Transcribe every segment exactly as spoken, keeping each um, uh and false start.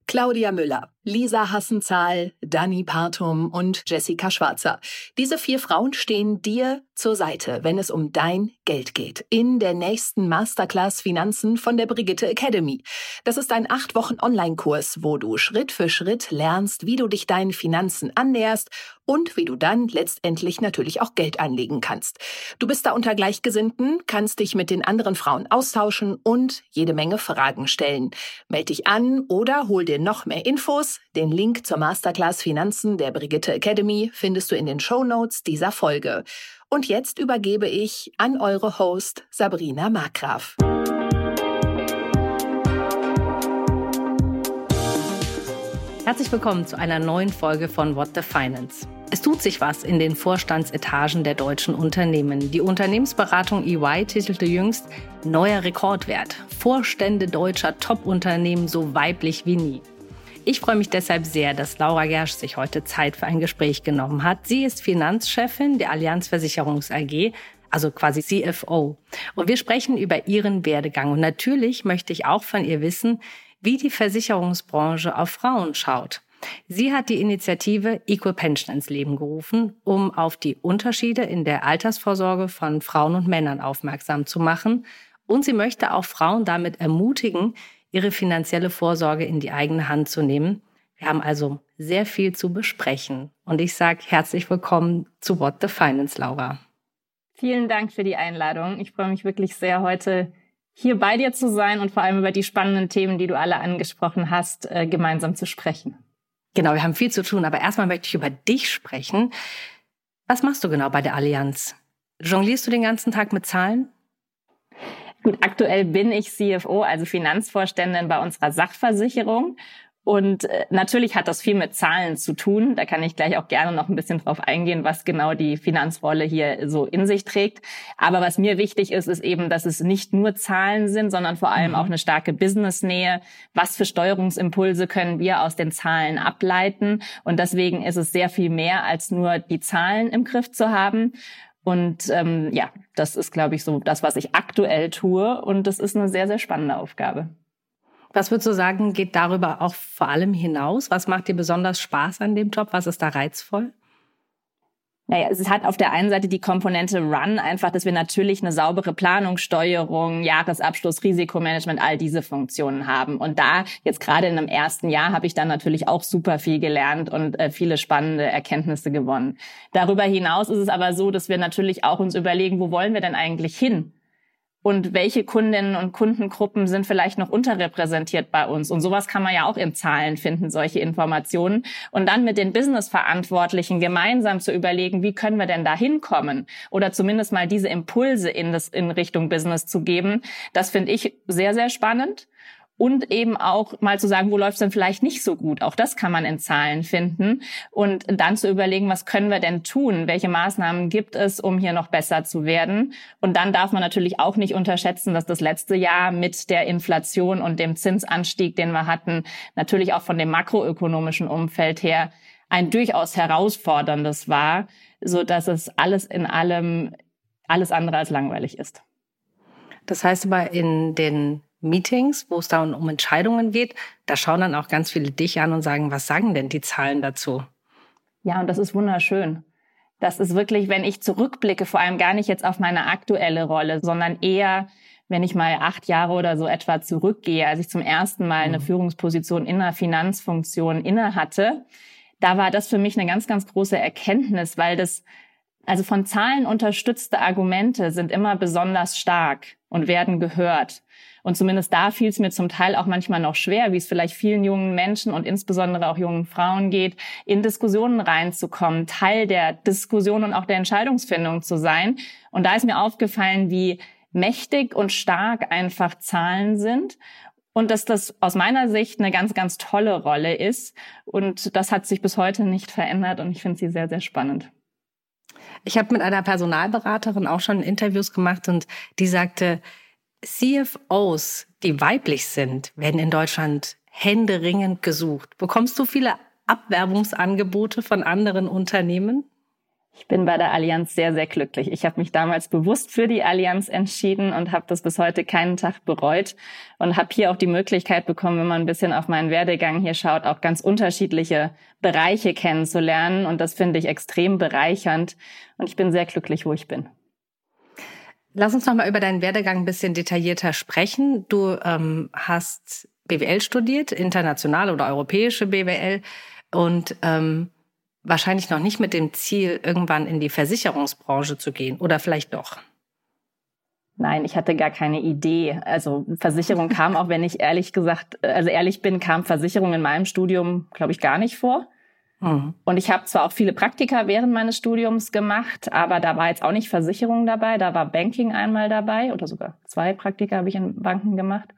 Claudia Müller, Lisa Hassenzahl, Dani Partum und Jessica Schwarzer. Diese vier Frauen stehen dir zur Seite, wenn es um dein Geld geht. In der nächsten Masterclass Finanzen von der Brigitte Academy. Das ist ein acht Wochen Online-Kurs, wo du Schritt für Schritt lernst, wie du dich deinen Finanzen annäherst und wie du dann letztendlich natürlich auch Geld anlegen kannst. Du bist da unter Gleichgesinnten, kannst dich mit den anderen Frauen austauschen und jede Menge Fragen stellen. Meld dich an oder hol dir noch mehr Infos. Den Link zur Masterclass Finanzen der Brigitte Academy findest du in den Shownotes dieser Folge. Und jetzt übergebe ich an eure Host Sabrina Markgraf. Herzlich willkommen zu einer neuen Folge von What the Finance. Es tut sich was in den Vorstandsetagen der deutschen Unternehmen. Die Unternehmensberatung E Y titelte jüngst neuer Rekordwert. Vorstände deutscher Top-Unternehmen so weiblich wie nie. Ich freue mich deshalb sehr, dass Laura Gersch sich heute Zeit für ein Gespräch genommen hat. Sie ist Finanzchefin der Allianz Versicherungs A G, also quasi C F O. Und wir sprechen über ihren Werdegang. Und natürlich möchte ich auch von ihr wissen, wie die Versicherungsbranche auf Frauen schaut. Sie hat die Initiative Equal Pension ins Leben gerufen, um auf die Unterschiede in der Altersvorsorge von Frauen und Männern aufmerksam zu machen. Und sie möchte auch Frauen damit ermutigen, ihre finanzielle Vorsorge in die eigene Hand zu nehmen. Wir haben also sehr viel zu besprechen. Und ich sage herzlich willkommen zu What the Finance, Laura. Vielen Dank für die Einladung. Ich freue mich wirklich sehr, heute hier bei dir zu sein und vor allem über die spannenden Themen, die du alle angesprochen hast, äh, gemeinsam zu sprechen. Genau, wir haben viel zu tun, aber erstmal möchte ich über dich sprechen. Was machst du genau bei der Allianz? Jonglierst du den ganzen Tag mit Zahlen? Gut, aktuell bin ich C F O, also Finanzvorständin bei unserer Sachversicherung. Und äh, natürlich hat das viel mit Zahlen zu tun. Da kann ich gleich auch gerne noch ein bisschen drauf eingehen, was genau die Finanzrolle hier so in sich trägt. Aber was mir wichtig ist, ist eben, dass es nicht nur Zahlen sind, sondern vor allem auch eine starke Businessnähe. Was für Steuerungsimpulse können wir aus den Zahlen ableiten? Und deswegen ist es sehr viel mehr, als nur die Zahlen im Griff zu haben. Und ähm, ja, das ist, glaube ich, so das, was ich aktuell tue. Und das ist eine sehr, sehr spannende Aufgabe. Was würdest du sagen, geht darüber auch vor allem hinaus? Was macht dir besonders Spaß an dem Job? Was ist da reizvoll? Naja, es hat auf der einen Seite die Komponente Run, einfach, dass wir natürlich eine saubere Planung, Steuerung, Jahresabschluss, Risikomanagement, all diese Funktionen haben. Und da, jetzt gerade in einem ersten Jahr, habe ich dann natürlich auch super viel gelernt und äh, viele spannende Erkenntnisse gewonnen. Darüber hinaus ist es aber so, dass wir natürlich auch uns überlegen, wo wollen wir denn eigentlich hin? Und welche Kundinnen und Kundengruppen sind vielleicht noch unterrepräsentiert bei uns? Und sowas kann man ja auch in Zahlen finden, solche Informationen. Und dann mit den Business-Verantwortlichen gemeinsam zu überlegen, wie können wir denn da hinkommen? Oder zumindest mal diese Impulse in, das, in Richtung Business zu geben. Das finde ich sehr, sehr spannend. Und eben auch mal zu sagen, wo läuft es denn vielleicht nicht so gut? Auch das kann man in Zahlen finden. Und dann zu überlegen, was können wir denn tun? Welche Maßnahmen gibt es, um hier noch besser zu werden? Und dann darf man natürlich auch nicht unterschätzen, dass das letzte Jahr mit der Inflation und dem Zinsanstieg, den wir hatten, natürlich auch von dem makroökonomischen Umfeld her ein durchaus herausforderndes war, so dass es alles in allem alles andere als langweilig ist. Das heißt aber in den Meetings, wo es dann um Entscheidungen geht, da schauen dann auch ganz viele dich an und sagen, was sagen denn die Zahlen dazu? Ja, und das ist wunderschön. Das ist wirklich, wenn ich zurückblicke, vor allem gar nicht jetzt auf meine aktuelle Rolle, sondern eher, wenn ich mal acht Jahre oder so etwa zurückgehe, als ich zum ersten Mal eine Führungsposition in einer Finanzfunktion inne hatte, da war das für mich eine ganz, ganz große Erkenntnis, weil das, also von Zahlen unterstützte Argumente sind immer besonders stark und werden gehört. Und zumindest da fiel es mir zum Teil auch manchmal noch schwer, wie es vielleicht vielen jungen Menschen und insbesondere auch jungen Frauen geht, in Diskussionen reinzukommen, Teil der Diskussion und auch der Entscheidungsfindung zu sein. Und da ist mir aufgefallen, wie mächtig und stark einfach Zahlen sind. Und dass das aus meiner Sicht eine ganz, ganz tolle Rolle ist. Und das hat sich bis heute nicht verändert und ich finde sie sehr, sehr spannend. Ich habe mit einer Personalberaterin auch schon Interviews gemacht und die sagte, C F Os, die weiblich sind, werden in Deutschland händeringend gesucht. Bekommst du viele Abwerbungsangebote von anderen Unternehmen? Ich bin bei der Allianz sehr, sehr glücklich. Ich habe mich damals bewusst für die Allianz entschieden und habe das bis heute keinen Tag bereut und habe hier auch die Möglichkeit bekommen, wenn man ein bisschen auf meinen Werdegang hier schaut, auch ganz unterschiedliche Bereiche kennenzulernen. Und das finde ich extrem bereichernd. Und ich bin sehr glücklich, wo ich bin. Lass uns noch mal über deinen Werdegang ein bisschen detaillierter sprechen. Du ähm, hast B W L studiert, internationale oder europäische B W L und ähm, wahrscheinlich noch nicht mit dem Ziel, irgendwann in die Versicherungsbranche zu gehen. Oder vielleicht doch? Nein, ich hatte gar keine Idee. Also Versicherung kam auch, wenn ich ehrlich gesagt, also ehrlich bin, kam Versicherung in meinem Studium, glaube ich, gar nicht vor. Mhm. Und ich habe zwar auch viele Praktika während meines Studiums gemacht, aber da war jetzt auch nicht Versicherung dabei. Da war Banking einmal dabei oder sogar zwei Praktika habe ich in Banken gemacht.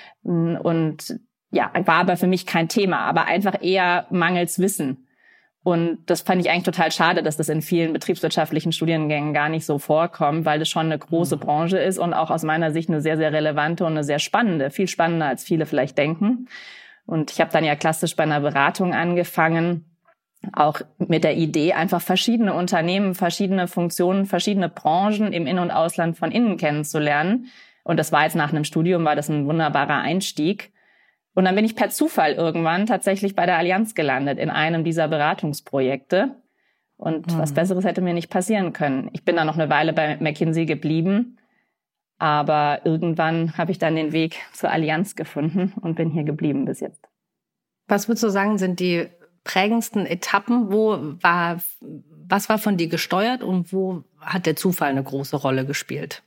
Und ja, war aber für mich kein Thema, aber einfach eher mangels Wissen. Und das fand ich eigentlich total schade, dass das in vielen betriebswirtschaftlichen Studiengängen gar nicht so vorkommt, weil das schon eine große mhm. Branche ist und auch aus meiner Sicht eine sehr, sehr relevante und eine sehr spannende, viel spannender als viele vielleicht denken. Und ich habe dann ja klassisch bei einer Beratung angefangen, auch mit der Idee, einfach verschiedene Unternehmen, verschiedene Funktionen, verschiedene Branchen im In- und Ausland von innen kennenzulernen. Und das war jetzt nach einem Studium, war das ein wunderbarer Einstieg. Und dann bin ich per Zufall irgendwann tatsächlich bei der Allianz gelandet, in einem dieser Beratungsprojekte. Und mhm. was Besseres hätte mir nicht passieren können. Ich bin dann noch eine Weile bei McKinsey geblieben, aber irgendwann habe ich dann den Weg zur Allianz gefunden und bin hier geblieben bis jetzt. Was würdest du sagen, sind die prägendsten Etappen? Wo war, was war von dir gesteuert und wo hat der Zufall eine große Rolle gespielt?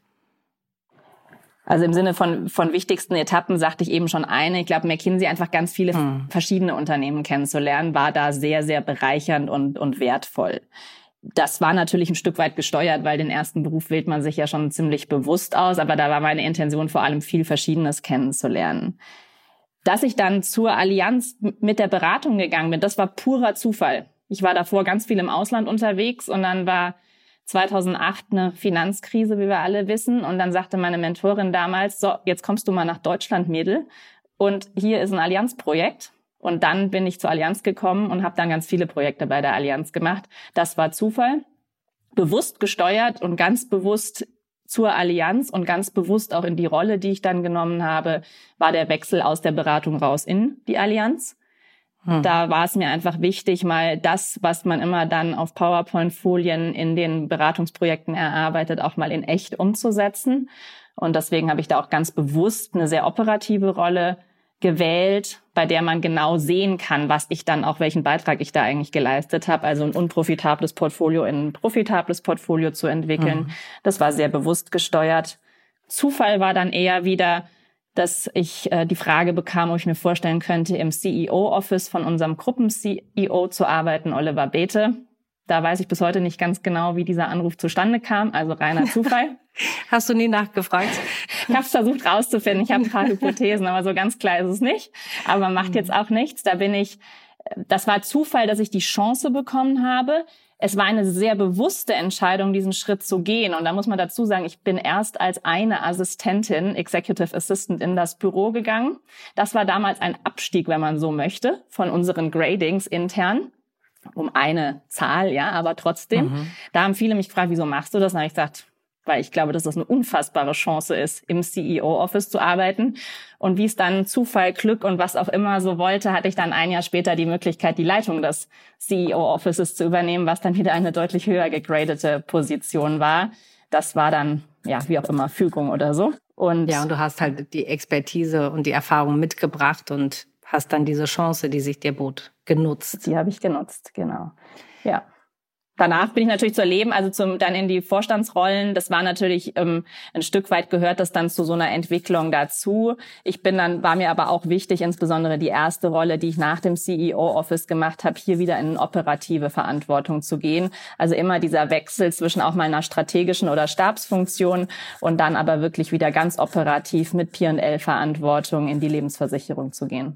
Also im Sinne von von wichtigsten Etappen sagte ich eben schon eine. Ich glaube, McKinsey einfach ganz viele hm. verschiedene Unternehmen kennenzulernen, war da sehr, sehr bereichernd und und wertvoll. Das war natürlich ein Stück weit gesteuert, weil den ersten Beruf wählt man sich ja schon ziemlich bewusst aus. Aber da war meine Intention vor allem viel Verschiedenes kennenzulernen. Dass ich dann zur Allianz mit der Beratung gegangen bin, das war purer Zufall. Ich war davor ganz viel im Ausland unterwegs und dann war zweitausendacht eine Finanzkrise, wie wir alle wissen. Und dann sagte meine Mentorin damals, so, jetzt kommst du mal nach Deutschland, Mädel. Und hier ist ein Allianz-Projekt. Und dann bin ich zur Allianz gekommen und habe dann ganz viele Projekte bei der Allianz gemacht. Das war Zufall, bewusst gesteuert und ganz bewusst zur Allianz und ganz bewusst auch in die Rolle, die ich dann genommen habe, war der Wechsel aus der Beratung raus in die Allianz. Hm. Da war es mir einfach wichtig, mal das, was man immer dann auf PowerPoint-Folien in den Beratungsprojekten erarbeitet, auch mal in echt umzusetzen. Und deswegen habe ich da auch ganz bewusst eine sehr operative Rolle gewählt, bei der man genau sehen kann, was ich dann auch, welchen Beitrag ich da eigentlich geleistet habe. Also ein unprofitables Portfolio in ein profitables Portfolio zu entwickeln. Hm. Das war sehr bewusst gesteuert. Zufall war dann eher wieder, dass ich äh, die Frage bekam, ob ich mir vorstellen könnte, im C E O-Office von unserem Gruppen-C E O zu arbeiten, Oliver Bäte. Da weiß ich bis heute nicht ganz genau, wie dieser Anruf zustande kam, also reiner Zufall. Hast du nie nachgefragt? Ich habe es versucht rauszufinden, ich habe ein paar Hypothesen, aber so ganz klar ist es nicht. Aber macht jetzt auch nichts. Da bin ich, das war Zufall, dass ich die Chance bekommen habe. Es war eine sehr bewusste Entscheidung, diesen Schritt zu gehen. Und da muss man dazu sagen, ich bin erst als eine Assistentin, Executive Assistant, in das Büro gegangen. Das war damals ein Abstieg, wenn man so möchte, von unseren Gradings intern. Um eine Zahl, ja, aber trotzdem. Mhm. Da haben viele mich gefragt, wieso machst du das? Und habe ich gesagt, weil ich glaube, dass das eine unfassbare Chance ist, im C E O-Office zu arbeiten. Und wie es dann Zufall, Glück und was auch immer so wollte, hatte ich dann ein Jahr später die Möglichkeit, die Leitung des C E O-Offices zu übernehmen, was dann wieder eine deutlich höher gegradete Position war. Das war dann, ja, wie auch immer, Fügung oder so. Und ja, und du hast halt die Expertise und die Erfahrung mitgebracht und hast dann diese Chance, die sich dir bot, genutzt. Die habe ich genutzt, genau. Ja. Danach bin ich natürlich zu Leben, also zum, dann in die Vorstandsrollen. Das war natürlich ähm, ein Stück weit gehört das dann zu so einer Entwicklung dazu. Ich bin dann, war mir aber auch wichtig, insbesondere die erste Rolle, die ich nach dem C E O-Office gemacht habe, hier wieder in eine operative Verantwortung zu gehen. Also immer dieser Wechsel zwischen auch mal einer strategischen oder Stabsfunktion und dann aber wirklich wieder ganz operativ mit P und L-Verantwortung in die Lebensversicherung zu gehen.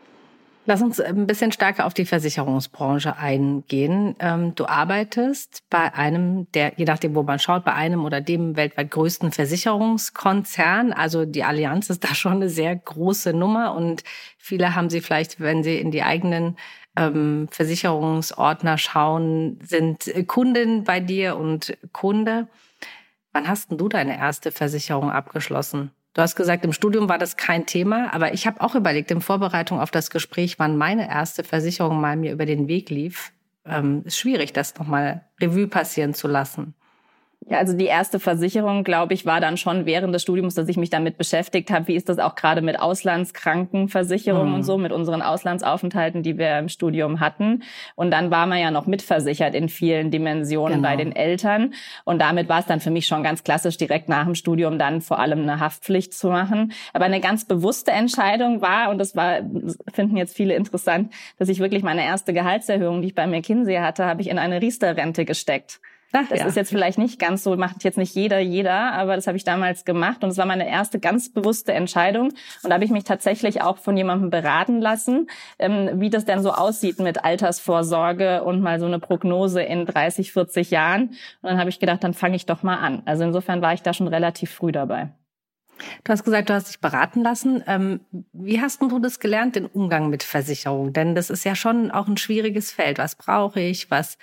Lass uns ein bisschen stärker auf die Versicherungsbranche eingehen. Du arbeitest bei einem, der, je nachdem, wo man schaut, bei einem oder dem weltweit größten Versicherungskonzern. Also die Allianz ist da schon eine sehr große Nummer und viele haben sie vielleicht, wenn sie in die eigenen ähm, Versicherungsordner schauen, sind Kundin bei dir und Kunde. Wann hast denn du deine erste Versicherung abgeschlossen? Du hast gesagt, im Studium war das kein Thema, aber ich habe auch überlegt, in Vorbereitung auf das Gespräch, wann meine erste Versicherung mal mir über den Weg lief. Ähm, ist schwierig, das nochmal Revue passieren zu lassen. Ja, also die erste Versicherung, glaube ich, war dann schon während des Studiums, dass ich mich damit beschäftigt habe. Wie ist das auch gerade mit Auslandskrankenversicherungen mhm. und so, mit unseren Auslandsaufenthalten, die wir im Studium hatten. Und dann war man ja noch mitversichert in vielen Dimensionen genau. bei den Eltern. Und damit war es dann für mich schon ganz klassisch, direkt nach dem Studium dann vor allem eine Haftpflicht zu machen. Aber eine ganz bewusste Entscheidung war, und das war, das finden jetzt viele interessant, dass ich wirklich meine erste Gehaltserhöhung, die ich bei McKinsey hatte, habe ich in eine Riester-Rente gesteckt. Ach, das ja. ist jetzt vielleicht nicht ganz so, macht jetzt nicht jeder, jeder, aber das habe ich damals gemacht und es war meine erste ganz bewusste Entscheidung und da habe ich mich tatsächlich auch von jemandem beraten lassen, ähm, wie das denn so aussieht mit Altersvorsorge und mal so eine Prognose in dreißig, vierzig Jahren und dann habe ich gedacht, dann fange ich doch mal an. Also insofern war ich da schon relativ früh dabei. Du hast gesagt, du hast dich beraten lassen. Ähm, wie hast denn du das gelernt, den Umgang mit Versicherung? Denn das ist ja schon auch ein schwieriges Feld. Was brauche ich? Was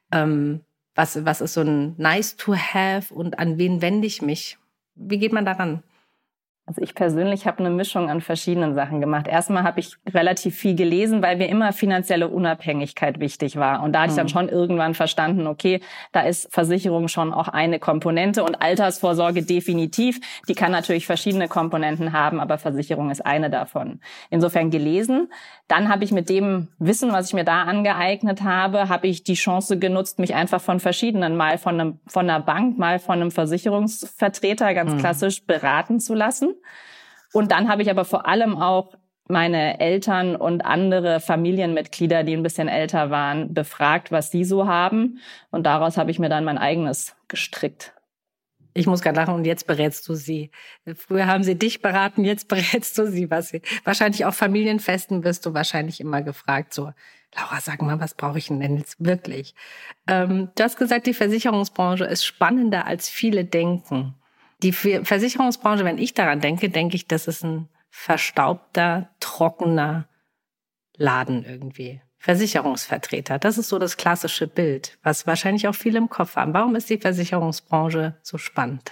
ähm Was, was ist so ein nice to have und an wen wende ich mich? Wie geht man daran? Also ich persönlich habe eine Mischung an verschiedenen Sachen gemacht. Erstmal habe ich relativ viel gelesen, weil mir immer finanzielle Unabhängigkeit wichtig war. Und da hatte ich dann schon irgendwann verstanden, okay, da ist Versicherung schon auch eine Komponente und Altersvorsorge definitiv. Die kann natürlich verschiedene Komponenten haben, aber Versicherung ist eine davon. Insofern gelesen. Dann habe ich mit dem Wissen, was ich mir da angeeignet habe, habe ich die Chance genutzt, mich einfach von verschiedenen, mal von einem, von einer Bank, mal von einem Versicherungsvertreter ganz mhm. klassisch beraten zu lassen. Und dann habe ich aber vor allem auch meine Eltern und andere Familienmitglieder, die ein bisschen älter waren, befragt, was sie so haben. Und daraus habe ich mir dann mein eigenes gestrickt. Ich muss gerade lachen und jetzt berätst du sie. Früher haben sie dich beraten, jetzt berätst du sie. Was sie. Wahrscheinlich auf Familienfesten wirst du wahrscheinlich immer gefragt, so, Laura, sag mal, was brauche ich denn jetzt wirklich? Ähm, du hast gesagt, die Versicherungsbranche ist spannender, als viele denken. Die Versicherungsbranche, wenn ich daran denke, denke ich, das ist ein verstaubter, trockener Laden irgendwie. Versicherungsvertreter, das ist so das klassische Bild, was wahrscheinlich auch viele im Kopf haben. Warum ist die Versicherungsbranche so spannend?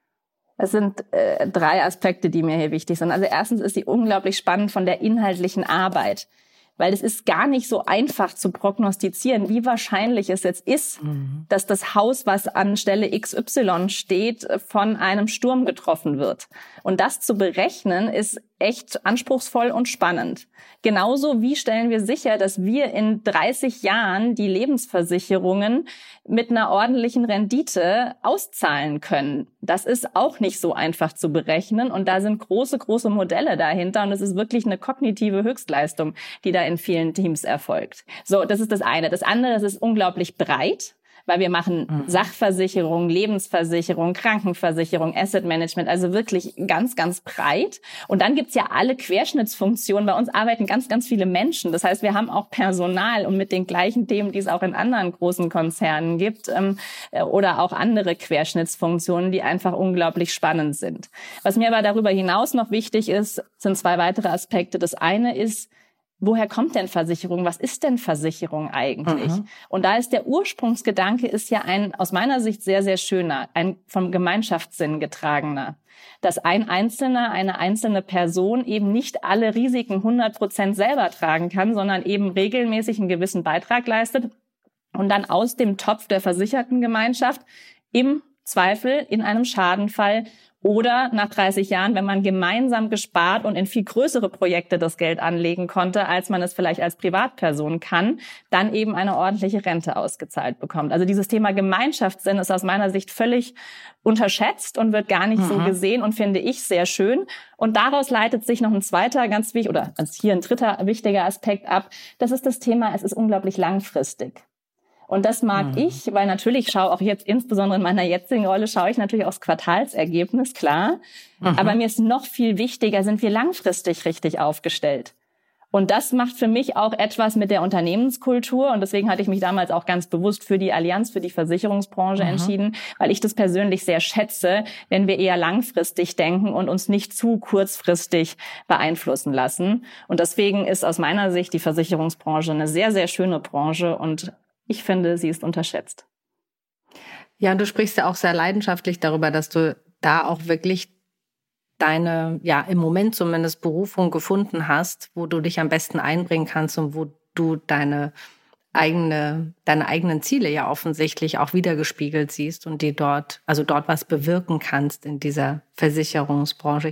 Es sind äh, drei Aspekte, die mir hier wichtig sind. Also erstens ist sie unglaublich spannend von der inhaltlichen Arbeit. Weil es ist gar nicht so einfach zu prognostizieren, wie wahrscheinlich es jetzt ist, mhm. dass das Haus, was an Stelle X Y steht, von einem Sturm getroffen wird. Und das zu berechnen, ist echt anspruchsvoll und spannend. Genauso wie stellen wir sicher, dass wir in dreißig Jahren die Lebensversicherungen mit einer ordentlichen Rendite auszahlen können. Das ist auch nicht so einfach zu berechnen und da sind große, große Modelle dahinter und es ist wirklich eine kognitive Höchstleistung, die da in vielen Teams erfolgt. So, das ist das eine. Das andere, es ist unglaublich breit, weil wir machen mhm. Sachversicherung, Lebensversicherung, Krankenversicherung, Asset Management, also wirklich ganz, ganz breit. Und dann gibt's ja alle Querschnittsfunktionen. Bei uns arbeiten ganz, ganz viele Menschen. Das heißt, wir haben auch Personal und mit den gleichen Themen, die es auch in anderen großen Konzernen gibt, ähm, oder auch andere Querschnittsfunktionen, die einfach unglaublich spannend sind. Was mir aber darüber hinaus noch wichtig ist, sind zwei weitere Aspekte. Das eine ist, woher kommt denn Versicherung? Was ist denn Versicherung eigentlich? Mhm. Und da ist der Ursprungsgedanke ist ja ein, aus meiner Sicht sehr, sehr schöner, ein vom Gemeinschaftssinn getragener. Dass ein Einzelner, eine einzelne Person eben nicht alle Risiken hundert Prozent selber tragen kann, sondern eben regelmäßig einen gewissen Beitrag leistet und dann aus dem Topf der versicherten Gemeinschaft im Zweifel in einem Schadenfall oder nach dreißig Jahren, wenn man gemeinsam gespart und in viel größere Projekte das Geld anlegen konnte, als man es vielleicht als Privatperson kann, dann eben eine ordentliche Rente ausgezahlt bekommt. Also dieses Thema Gemeinschaftssinn ist aus meiner Sicht völlig unterschätzt und wird gar nicht mhm. so gesehen und finde ich sehr schön. Und daraus leitet sich noch ein zweiter ganz wichtig, oder hier ein dritter wichtiger Aspekt ab. Das ist das Thema, es ist unglaublich langfristig. Und das mag mhm. ich, weil natürlich schaue auch jetzt, insbesondere in meiner jetzigen Rolle, schaue ich natürlich aufs Quartalsergebnis, klar. Mhm. Aber mir ist noch viel wichtiger, sind wir langfristig richtig aufgestellt. Und das macht für mich auch etwas mit der Unternehmenskultur. Und deswegen hatte ich mich damals auch ganz bewusst für die Allianz, für die Versicherungsbranche mhm. entschieden, weil ich das persönlich sehr schätze, wenn wir eher langfristig denken und uns nicht zu kurzfristig beeinflussen lassen. Und deswegen ist aus meiner Sicht die Versicherungsbranche eine sehr, sehr schöne Branche und ich finde, sie ist unterschätzt. Ja, du sprichst ja auch sehr leidenschaftlich darüber, dass du da auch wirklich deine, ja, im Moment zumindest Berufung gefunden hast, wo du dich am besten einbringen kannst und wo du deine eigene, deine eigenen Ziele ja offensichtlich auch wiedergespiegelt siehst und die dort, also dort was bewirken kannst in dieser Versicherungsbranche.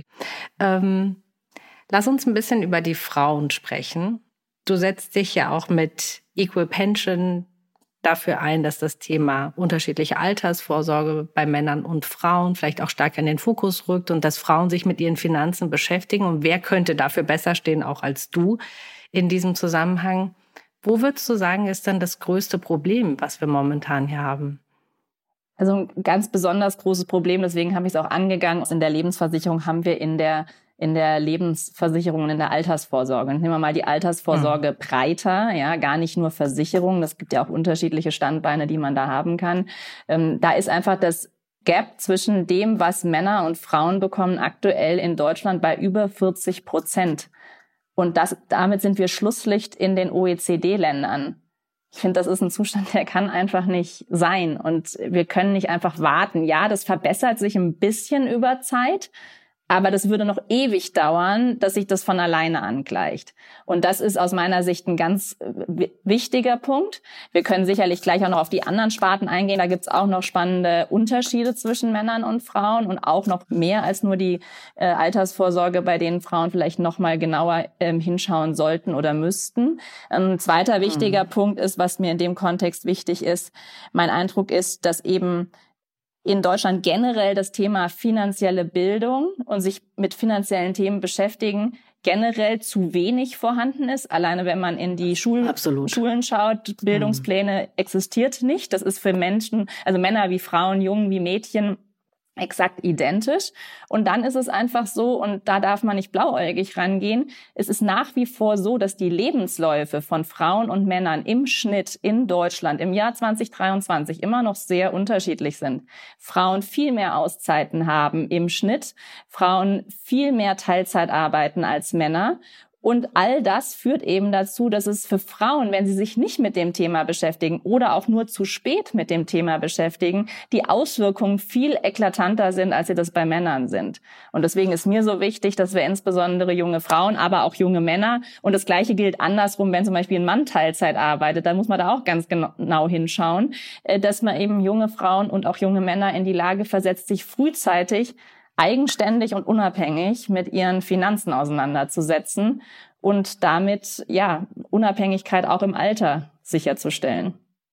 Ähm, lass uns ein bisschen über die Frauen sprechen. Du setzt dich ja auch mit Equal Pension dafür ein, dass das Thema unterschiedliche Altersvorsorge bei Männern und Frauen vielleicht auch stark in den Fokus rückt und dass Frauen sich mit ihren Finanzen beschäftigen. Und wer könnte dafür besser stehen, auch als du in diesem Zusammenhang? Wo würdest du sagen, ist denn das größte Problem, was wir momentan hier haben? Also ein ganz besonders großes Problem, deswegen habe ich es auch angegangen. In der Lebensversicherung haben wir in der in der Lebensversicherung und in der Altersvorsorge. Und nehmen wir mal die Altersvorsorge mhm. breiter, ja, gar nicht nur Versicherung. Das gibt ja auch unterschiedliche Standbeine, die man da haben kann. Ähm, da ist einfach das Gap zwischen dem, was Männer und Frauen bekommen, aktuell in Deutschland bei über vierzig Prozent. Und das, damit sind wir Schlusslicht in den O E C D-Ländern. Ich finde, das ist ein Zustand, der kann einfach nicht sein. Und wir können nicht einfach warten. Ja, das verbessert sich ein bisschen über Zeit. Aber das würde noch ewig dauern, dass sich das von alleine angleicht. Und das ist aus meiner Sicht ein ganz wichtiger Punkt. Wir können sicherlich gleich auch noch auf die anderen Sparten eingehen. Da gibt's auch noch spannende Unterschiede zwischen Männern und Frauen und auch noch mehr als nur die äh, Altersvorsorge, bei denen Frauen vielleicht noch mal genauer ähm, hinschauen sollten oder müssten. Ein zweiter wichtiger mhm. Punkt ist, was mir in dem Kontext wichtig ist. Mein Eindruck ist, dass eben in Deutschland generell das Thema finanzielle Bildung und sich mit finanziellen Themen beschäftigen generell zu wenig vorhanden ist. Alleine wenn man in die Schul- Schulen schaut, Bildungspläne mhm. existiert nicht. Das ist für Menschen, also Männer wie Frauen, Jungen wie Mädchen, exakt identisch. Und dann ist es einfach so, und da darf man nicht blauäugig rangehen, es ist nach wie vor so, dass die Lebensläufe von Frauen und Männern im Schnitt in Deutschland im Jahr zwanzig dreiundzwanzig immer noch sehr unterschiedlich sind. Frauen viel mehr Auszeiten haben im Schnitt, Frauen viel mehr Teilzeit arbeiten als Männer. Und all das führt eben dazu, dass es für Frauen, wenn sie sich nicht mit dem Thema beschäftigen oder auch nur zu spät mit dem Thema beschäftigen, die Auswirkungen viel eklatanter sind, als sie das bei Männern sind. Und deswegen ist mir so wichtig, dass wir insbesondere junge Frauen, aber auch junge Männer, und das Gleiche gilt andersrum, wenn zum Beispiel ein Mann Teilzeit arbeitet, dann muss man da auch ganz genau hinschauen, dass man eben junge Frauen und auch junge Männer in die Lage versetzt, sich frühzeitig eigenständig und unabhängig mit ihren Finanzen auseinanderzusetzen und damit, ja, Unabhängigkeit auch im Alter sicherzustellen.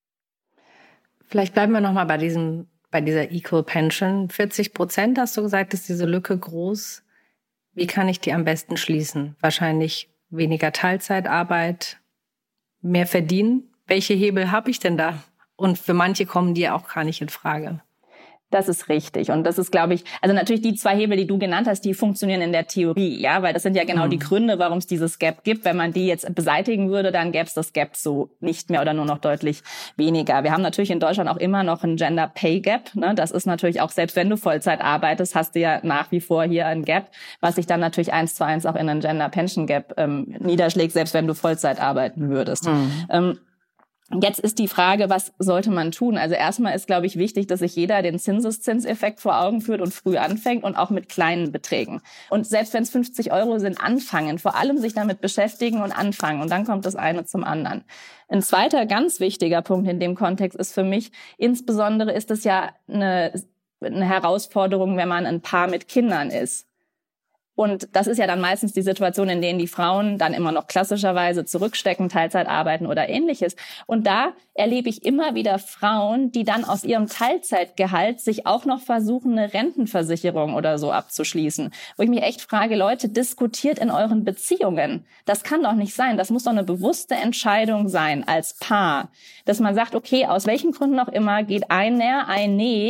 Vielleicht bleiben wir nochmal bei diesem, bei dieser Equal Pension. vierzig Prozent hast du gesagt, ist diese Lücke groß. Wie kann ich die am besten schließen? Wahrscheinlich weniger Teilzeitarbeit, mehr verdienen. Welche Hebel habe ich denn da? Und für manche kommen die ja auch gar nicht in Frage. Das ist richtig. Und das ist, glaube ich, also natürlich die zwei Hebel, die du genannt hast, die funktionieren in der Theorie, ja, weil das sind ja genau mhm. die Gründe, warum es dieses Gap gibt. Wenn man die jetzt beseitigen würde, dann gäbe es das Gap so nicht mehr oder nur noch deutlich weniger. Wir haben natürlich in Deutschland auch immer noch ein Gender Pay Gap, ne? Das ist natürlich auch, selbst wenn du Vollzeit arbeitest, hast du ja nach wie vor hier ein Gap, was sich dann natürlich eins zu eins auch in einen Gender Pension Gap ähm, niederschlägt, selbst wenn du Vollzeit arbeiten würdest. Mhm. Ähm, Jetzt ist die Frage, was sollte man tun? Also erstmal ist, glaube ich, wichtig, dass sich jeder den Zinseszinseffekt vor Augen führt und früh anfängt und auch mit kleinen Beträgen. Und selbst wenn es fünfzig Euro sind, anfangen. Vor allem sich damit beschäftigen und anfangen. Und dann kommt das eine zum anderen. Ein zweiter ganz wichtiger Punkt in dem Kontext ist für mich, insbesondere ist es ja eine, eine Herausforderung, wenn man ein Paar mit Kindern ist. Und das ist ja dann meistens die Situation, in denen die Frauen dann immer noch klassischerweise zurückstecken, Teilzeit arbeiten oder Ähnliches. Und da erlebe ich immer wieder Frauen, die dann aus ihrem Teilzeitgehalt sich auch noch versuchen, eine Rentenversicherung oder so abzuschließen. Wo ich mich echt frage, Leute, diskutiert in euren Beziehungen. Das kann doch nicht sein. Das muss doch eine bewusste Entscheidung sein als Paar. Dass man sagt, okay, aus welchen Gründen auch immer geht ein näher, ein nee.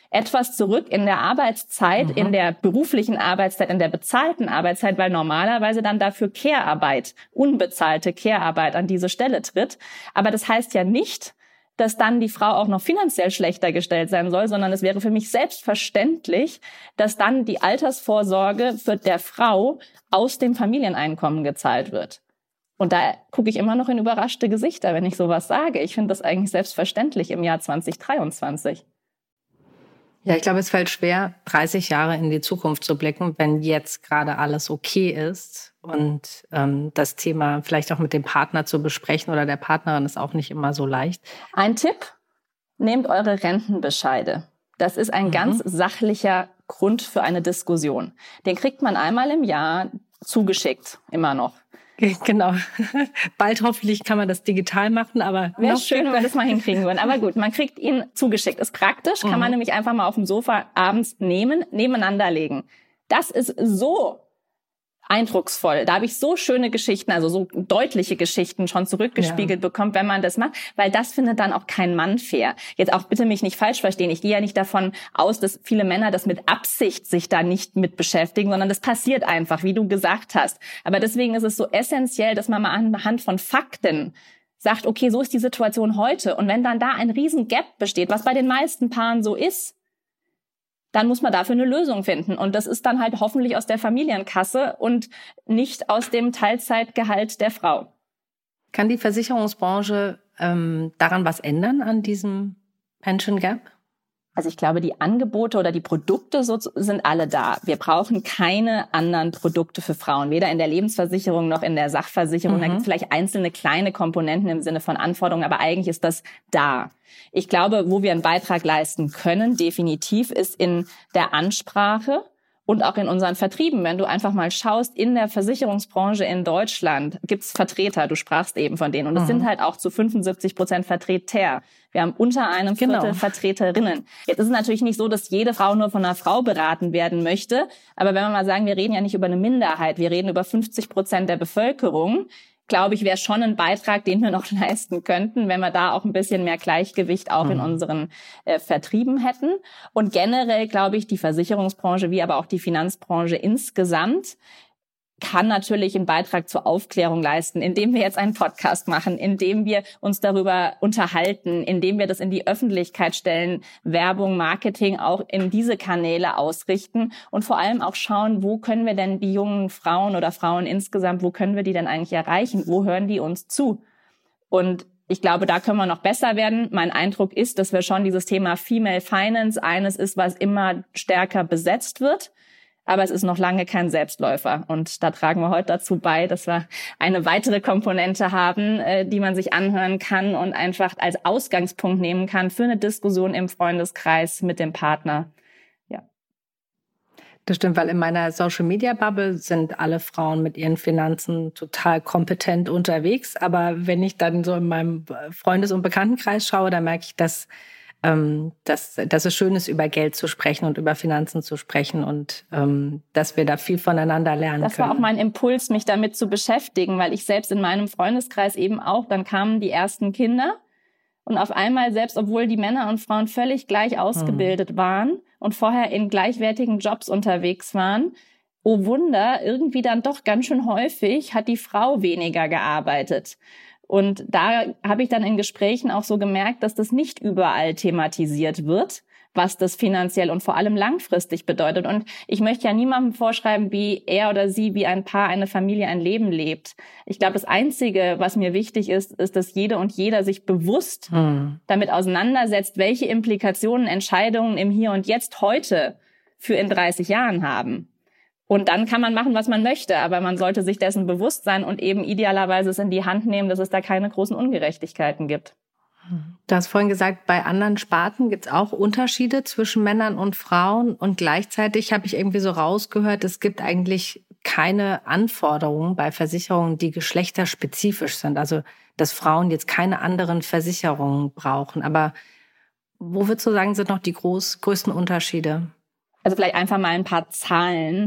etwas zurück in der Arbeitszeit, mhm. in der beruflichen Arbeitszeit, in der bezahlten Arbeitszeit, weil normalerweise dann dafür Care-Arbeit, unbezahlte Care-Arbeit an diese Stelle tritt. Aber das heißt ja nicht, dass dann die Frau auch noch finanziell schlechter gestellt sein soll, sondern es wäre für mich selbstverständlich, dass dann die Altersvorsorge für der Frau aus dem Familieneinkommen gezahlt wird. Und da gucke ich immer noch in überraschte Gesichter, wenn ich sowas sage. Ich finde das eigentlich selbstverständlich im Jahr zwanzig dreiundzwanzig. Ja, ich glaube, es fällt schwer, dreißig Jahre in die Zukunft zu blicken, wenn jetzt gerade alles okay ist. Und ähm, das Thema vielleicht auch mit dem Partner zu besprechen oder der Partnerin ist auch nicht immer so leicht. Ein Tipp, nehmt eure Rentenbescheide. Das ist ein mhm. ganz sachlicher Grund für eine Diskussion. Den kriegt man einmal im Jahr zugeschickt, immer noch. Genau. Bald hoffentlich kann man das digital machen, aber wäre schön, wenn wir das mal hinkriegen würden. Aber gut, man kriegt ihn zugeschickt. Ist praktisch, kann mhm. man nämlich einfach mal auf dem Sofa abends nehmen, nebeneinander legen. Das ist so eindrucksvoll. Da habe ich so schöne Geschichten, also so deutliche Geschichten schon zurückgespiegelt ja. bekommen, wenn man das macht, weil das findet dann auch kein Mann fair. Jetzt auch bitte mich nicht falsch verstehen. Ich gehe ja nicht davon aus, dass viele Männer das mit Absicht sich da nicht mit beschäftigen, sondern das passiert einfach, wie du gesagt hast. Aber deswegen ist es so essentiell, dass man mal anhand von Fakten sagt, okay, so ist die Situation heute. Und wenn dann da ein riesen Gap besteht, was bei den meisten Paaren so ist, dann muss man dafür eine Lösung finden. Und das ist dann halt hoffentlich aus der Familienkasse und nicht aus dem Teilzeitgehalt der Frau. Kann die Versicherungsbranche ähm, daran was ändern, an diesem Pension Gap? Also ich glaube, die Angebote oder die Produkte so, sind alle da. Wir brauchen keine anderen Produkte für Frauen, weder in der Lebensversicherung noch in der Sachversicherung. Mhm. Da gibt es vielleicht einzelne kleine Komponenten im Sinne von Anforderungen, aber eigentlich ist das da. Ich glaube, wo wir einen Beitrag leisten können, definitiv, ist in der Ansprache und auch in unseren Vertrieben. Wenn du einfach mal schaust, in der Versicherungsbranche in Deutschland gibt's Vertreter, du sprachst eben von denen. Und es mhm. sind halt auch zu fünfundsiebzig Prozent Vertreter. Wir haben unter einem Viertel genau. Vertreterinnen. Jetzt ist es natürlich nicht so, dass jede Frau nur von einer Frau beraten werden möchte. Aber wenn wir mal sagen, wir reden ja nicht über eine Minderheit, wir reden über fünfzig Prozent der Bevölkerung, glaube ich, wäre schon ein Beitrag, den wir noch leisten könnten, wenn wir da auch ein bisschen mehr Gleichgewicht auch mhm. in unseren äh, Vertrieben hätten. Und generell, glaube ich, die Versicherungsbranche wie aber auch die Finanzbranche insgesamt kann natürlich einen Beitrag zur Aufklärung leisten, indem wir jetzt einen Podcast machen, indem wir uns darüber unterhalten, indem wir das in die Öffentlichkeit stellen, Werbung, Marketing auch in diese Kanäle ausrichten und vor allem auch schauen, wo können wir denn die jungen Frauen oder Frauen insgesamt, wo können wir die denn eigentlich erreichen? Wo hören die uns zu? Und ich glaube, da können wir noch besser werden. Mein Eindruck ist, dass wir schon dieses Thema Female Finance eines ist, was immer stärker besetzt wird. Aber es ist noch lange kein Selbstläufer. Und da tragen wir heute dazu bei, dass wir eine weitere Komponente haben, die man sich anhören kann und einfach als Ausgangspunkt nehmen kann für eine Diskussion im Freundeskreis mit dem Partner. Ja. Das stimmt, weil in meiner Social-Media-Bubble sind alle Frauen mit ihren Finanzen total kompetent unterwegs. Aber wenn ich dann so in meinem Freundes- und Bekanntenkreis schaue, dann merke ich, dass Ähm, dass, dass es schön ist, über Geld zu sprechen und über Finanzen zu sprechen und ähm, dass wir da viel voneinander lernen das können. Das war auch mein Impuls, mich damit zu beschäftigen, weil ich selbst in meinem Freundeskreis eben auch, dann kamen die ersten Kinder und auf einmal, selbst obwohl die Männer und Frauen völlig gleich ausgebildet hm. waren und vorher in gleichwertigen Jobs unterwegs waren, oh Wunder, irgendwie dann doch ganz schön häufig hat die Frau weniger gearbeitet. Und da habe ich dann in Gesprächen auch so gemerkt, dass das nicht überall thematisiert wird, was das finanziell und vor allem langfristig bedeutet. Und ich möchte ja niemandem vorschreiben, wie er oder sie, wie ein Paar, eine Familie, ein Leben lebt. Ich glaube, das Einzige, was mir wichtig ist, ist, dass jede und jeder sich bewusst hm. damit auseinandersetzt, welche Implikationen Entscheidungen im Hier und Jetzt heute für in dreißig Jahren haben. Und dann kann man machen, was man möchte, aber man sollte sich dessen bewusst sein und eben idealerweise es in die Hand nehmen, dass es da keine großen Ungerechtigkeiten gibt. Du hast vorhin gesagt, bei anderen Sparten gibt es auch Unterschiede zwischen Männern und Frauen und gleichzeitig habe ich irgendwie so rausgehört, es gibt eigentlich keine Anforderungen bei Versicherungen, die geschlechterspezifisch sind, also dass Frauen jetzt keine anderen Versicherungen brauchen. Aber wo würdest du sagen, sind noch die groß, größten Unterschiede? Also vielleicht einfach mal ein paar Zahlen.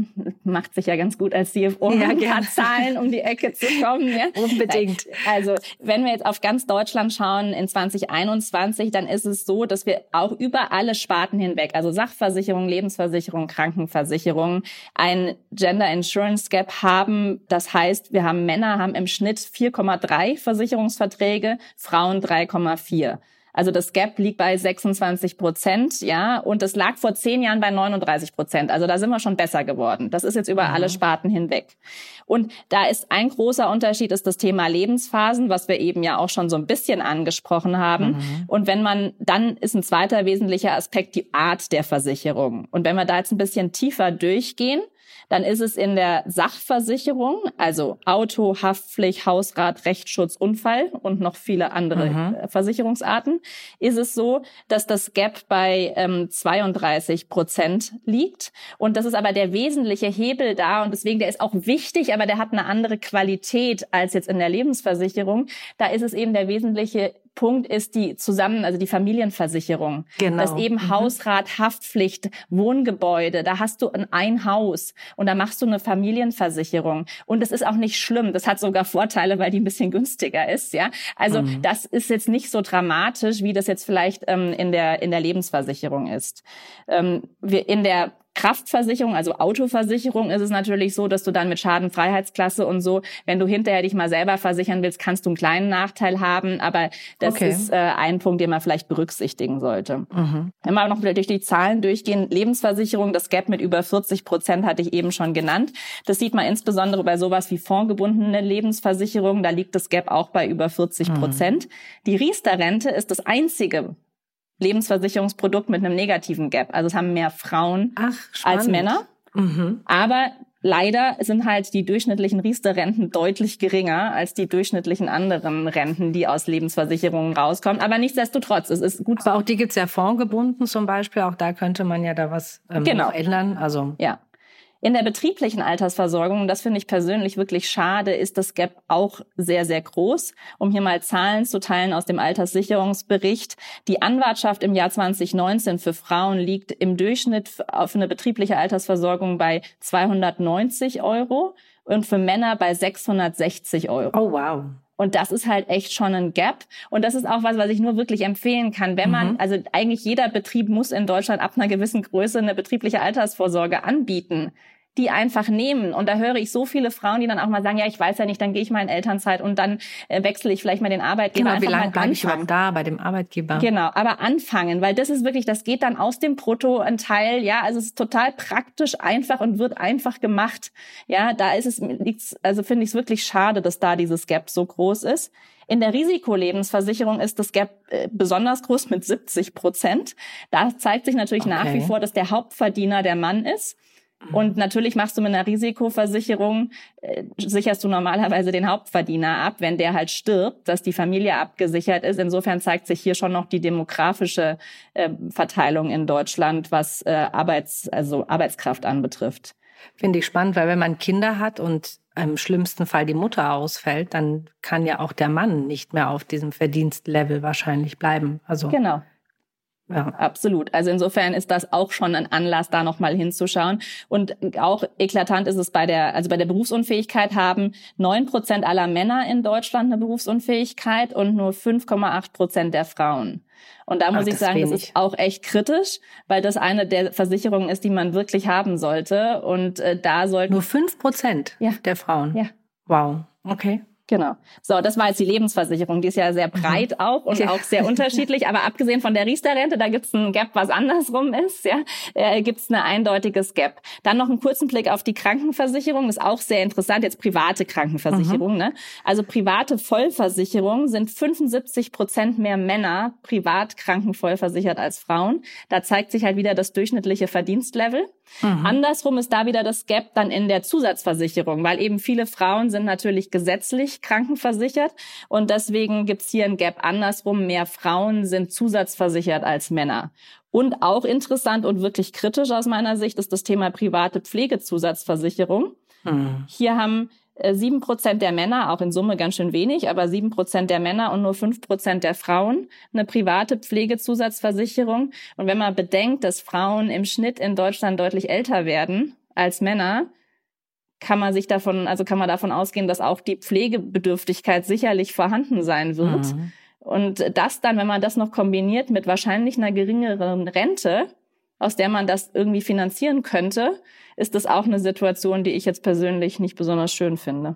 macht sich ja ganz gut als C F O, ja, ein paar Zahlen um die Ecke zu kommen. Ja? Unbedingt. Also wenn wir jetzt auf ganz Deutschland schauen in zwanzig einundzwanzig, dann ist es so, dass wir auch über alle Sparten hinweg, also Sachversicherung, Lebensversicherung, Krankenversicherung, ein Gender Insurance Gap haben. Das heißt, wir haben Männer haben im Schnitt vier Komma drei Versicherungsverträge, Frauen drei Komma vier. Also das Gap liegt bei sechsundzwanzig Prozent, ja, und das lag vor zehn Jahren bei neununddreißig Prozent. Also da sind wir schon besser geworden. Das ist jetzt über mhm. alle Sparten hinweg. Und da ist ein großer Unterschied, ist das Thema Lebensphasen, was wir eben ja auch schon so ein bisschen angesprochen haben. Mhm. Und wenn man, dann ist ein zweiter wesentlicher Aspekt die Art der Versicherung. Und wenn wir da jetzt ein bisschen tiefer durchgehen, dann ist es in der Sachversicherung, also Auto, Haftpflicht, Hausrat, Rechtsschutz, Unfall und noch viele andere mhm. Versicherungsarten, ist es so, dass das Gap bei ähm, zweiunddreißig Prozent liegt. Und das ist aber der wesentliche Hebel da und deswegen, der ist auch wichtig, aber der hat eine andere Qualität als jetzt in der Lebensversicherung. Da ist es eben der wesentliche Punkt ist die zusammen, also die Familienversicherung. Genau. Das eben mhm. Hausrat, Haftpflicht, Wohngebäude, da hast du ein, ein Haus und da machst du eine Familienversicherung. Und das ist auch nicht schlimm. Das hat sogar Vorteile, weil die ein bisschen günstiger ist, ja. Also mhm. das ist jetzt nicht so dramatisch, wie das jetzt vielleicht ähm, in der, in der Lebensversicherung ist. Ähm, wir in der Kraftversicherung, also Autoversicherung, ist es natürlich so, dass du dann mit Schadenfreiheitsklasse und so, wenn du hinterher dich mal selber versichern willst, kannst du einen kleinen Nachteil haben, aber das okay. ist äh, ein Punkt, den man vielleicht berücksichtigen sollte. Mhm. Wenn wir noch durch die Zahlen durchgehen, Lebensversicherung, das Gap mit über vierzig Prozent hatte ich eben schon genannt. Das sieht man insbesondere bei sowas wie fondgebundene Lebensversicherung, da liegt das Gap auch bei über vierzig Prozent. Mhm. Die Riester-Rente ist das einzige Lebensversicherungsprodukt mit einem negativen Gap. Also es haben mehr Frauen Ach, als Männer. Mhm. Aber leider sind halt die durchschnittlichen Riester-Renten deutlich geringer als die durchschnittlichen anderen Renten, die aus Lebensversicherungen rauskommen. Aber nichtsdestotrotz, es ist gut. Aber auch die gibt's ja fondgebunden zum Beispiel. Auch da könnte man ja da was ähm, genau. ändern. Also ja. In der betrieblichen Altersversorgung, das finde ich persönlich wirklich schade, ist das Gap auch sehr, sehr groß. Um hier mal Zahlen zu teilen aus dem Alterssicherungsbericht. Die Anwartschaft im Jahr zwanzig neunzehn für Frauen liegt im Durchschnitt auf eine betriebliche Altersversorgung bei zweihundertneunzig Euro und für Männer bei sechshundertsechzig Euro. Oh, wow. Und das ist halt echt schon ein Gap. Und das ist auch was, was ich nur wirklich empfehlen kann. Wenn man, mhm. also eigentlich jeder Betrieb muss in Deutschland ab einer gewissen Größe eine betriebliche Altersvorsorge anbieten, die einfach nehmen. Und da höre ich so viele Frauen, die dann auch mal sagen, ja, ich weiß ja nicht, dann gehe ich mal in Elternzeit und dann äh, wechsle ich vielleicht mal den Arbeitgeber. Genau, wie lange bleibe ich überhaupt da bei dem Arbeitgeber? Genau, aber anfangen, weil das ist wirklich, das geht dann aus dem Brutto ein Teil, ja, also es ist total praktisch einfach und wird einfach gemacht. Ja, da ist es, liegt's, also finde ich es wirklich schade, dass da dieses Gap so groß ist. In der Risikolebensversicherung ist das Gap äh, besonders groß mit siebzig Prozent. Da zeigt sich natürlich okay. nach wie vor, dass der Hauptverdiener der Mann ist. Und natürlich machst du mit einer Risikoversicherung, äh, sicherst du normalerweise den Hauptverdiener ab, wenn der halt stirbt, dass die Familie abgesichert ist. Insofern zeigt sich hier schon noch die demografische äh, Verteilung in Deutschland, was äh, Arbeits, also Arbeitskraft anbetrifft. Finde ich spannend, weil wenn man Kinder hat und im schlimmsten Fall die Mutter ausfällt, dann kann ja auch der Mann nicht mehr auf diesem Verdienstlevel wahrscheinlich bleiben. Also genau. Ja, absolut. Also insofern ist das auch schon ein Anlass, da nochmal hinzuschauen. Und auch eklatant ist es bei der, also bei der Berufsunfähigkeit haben neun Prozent aller Männer in Deutschland eine Berufsunfähigkeit und nur fünf Komma acht Prozent der Frauen. Und da muss Ach, ich sagen, das ist auch echt kritisch, weil das eine der Versicherungen ist, die man wirklich haben sollte. Und äh, da sollten nur fünf Prozent ja. der Frauen. Ja. Wow. Okay. Genau. So, das war jetzt die Lebensversicherung. Die ist ja sehr breit mhm. auch und ja. auch sehr unterschiedlich. Aber abgesehen von der Riester-Rente, da gibt's ein Gap, was andersrum ist. Ja, äh, gibt's ein eindeutiges Gap. Dann noch einen kurzen Blick auf die Krankenversicherung. Das ist auch sehr interessant. Jetzt private Krankenversicherung. Mhm. Ne? Also private Vollversicherung sind fünfundsiebzig Prozent mehr Männer privat krankenvollversichert als Frauen. Da zeigt sich halt wieder das durchschnittliche Verdienstlevel. Mhm. Andersrum ist da wieder das Gap dann in der Zusatzversicherung, weil eben viele Frauen sind natürlich gesetzlich krankenversichert und deswegen gibt's hier ein Gap andersrum. Mehr Frauen sind zusatzversichert als Männer. Und auch interessant und wirklich kritisch aus meiner Sicht ist das Thema private Pflegezusatzversicherung. Mhm. Hier haben sieben Prozent der Männer, auch in Summe ganz schön wenig, aber sieben Prozent der Männer und nur fünf Prozent der Frauen eine private Pflegezusatzversicherung. Und wenn man bedenkt, dass Frauen im Schnitt in Deutschland deutlich älter werden als Männer, kann man sich davon, also kann man davon ausgehen, dass auch die Pflegebedürftigkeit sicherlich vorhanden sein wird. Mhm. Und das dann, wenn man das noch kombiniert mit wahrscheinlich einer geringeren Rente, aus der man das irgendwie finanzieren könnte, ist das auch eine Situation, die ich jetzt persönlich nicht besonders schön finde.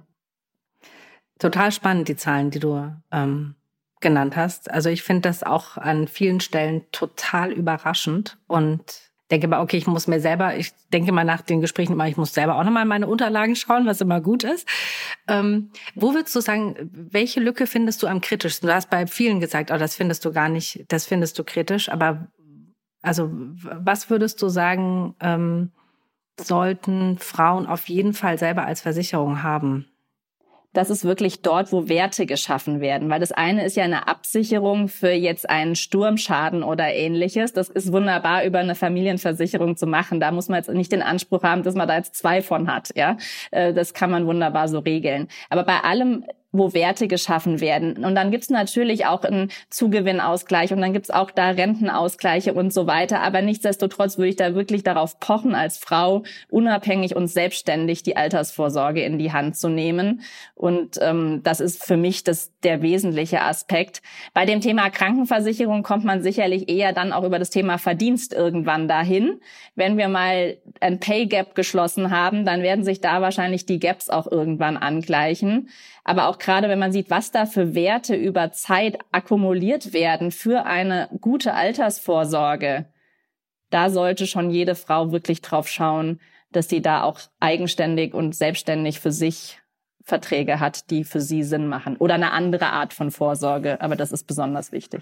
Total spannend, die Zahlen, die du ähm, genannt hast. Also ich finde das auch an vielen Stellen total überraschend und denke mal, okay, ich muss mir selber, ich denke mal nach den Gesprächen immer, ich muss selber auch nochmal meine Unterlagen schauen, was immer gut ist. Ähm, wo würdest du sagen, welche Lücke findest du am kritischsten? Du hast bei vielen gesagt, oh, das findest du gar nicht, das findest du kritisch, aber also was würdest du sagen, ähm, sollten Frauen auf jeden Fall selber als Versicherung haben? Das ist wirklich dort, wo Werte geschaffen werden. Weil das eine ist ja eine Absicherung für jetzt einen Sturmschaden oder Ähnliches. Das ist wunderbar über eine Familienversicherung zu machen. Da muss man jetzt nicht den Anspruch haben, dass man da jetzt zwei von hat. Ja, das kann man wunderbar so regeln. Aber bei allem, wo Werte geschaffen werden. Und dann gibt's natürlich auch einen Zugewinnausgleich und dann gibt's auch da Rentenausgleiche und so weiter. Aber nichtsdestotrotz würde ich da wirklich darauf pochen, als Frau unabhängig und selbstständig die Altersvorsorge in die Hand zu nehmen. Und ähm, das ist für mich das der wesentliche Aspekt. Bei dem Thema Krankenversicherung kommt man sicherlich eher dann auch über das Thema Verdienst irgendwann dahin. Wenn wir mal ein Pay Gap geschlossen haben, dann werden sich da wahrscheinlich die Gaps auch irgendwann angleichen. Aber auch gerade wenn man sieht, was da für Werte über Zeit akkumuliert werden für eine gute Altersvorsorge, da sollte schon jede Frau wirklich drauf schauen, dass sie da auch eigenständig und selbstständig für sich Verträge hat, die für sie Sinn machen. Oder eine andere Art von Vorsorge, aber das ist besonders wichtig.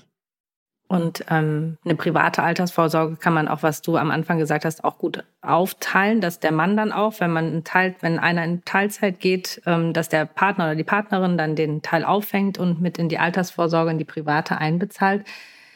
Und ähm, eine private Altersvorsorge kann man auch, was du am Anfang gesagt hast, auch gut aufteilen, dass der Mann dann auch, wenn man einen Teil, wenn einer in Teilzeit geht, ähm, dass der Partner oder die Partnerin dann den Teil auffängt und mit in die Altersvorsorge, in die private einbezahlt.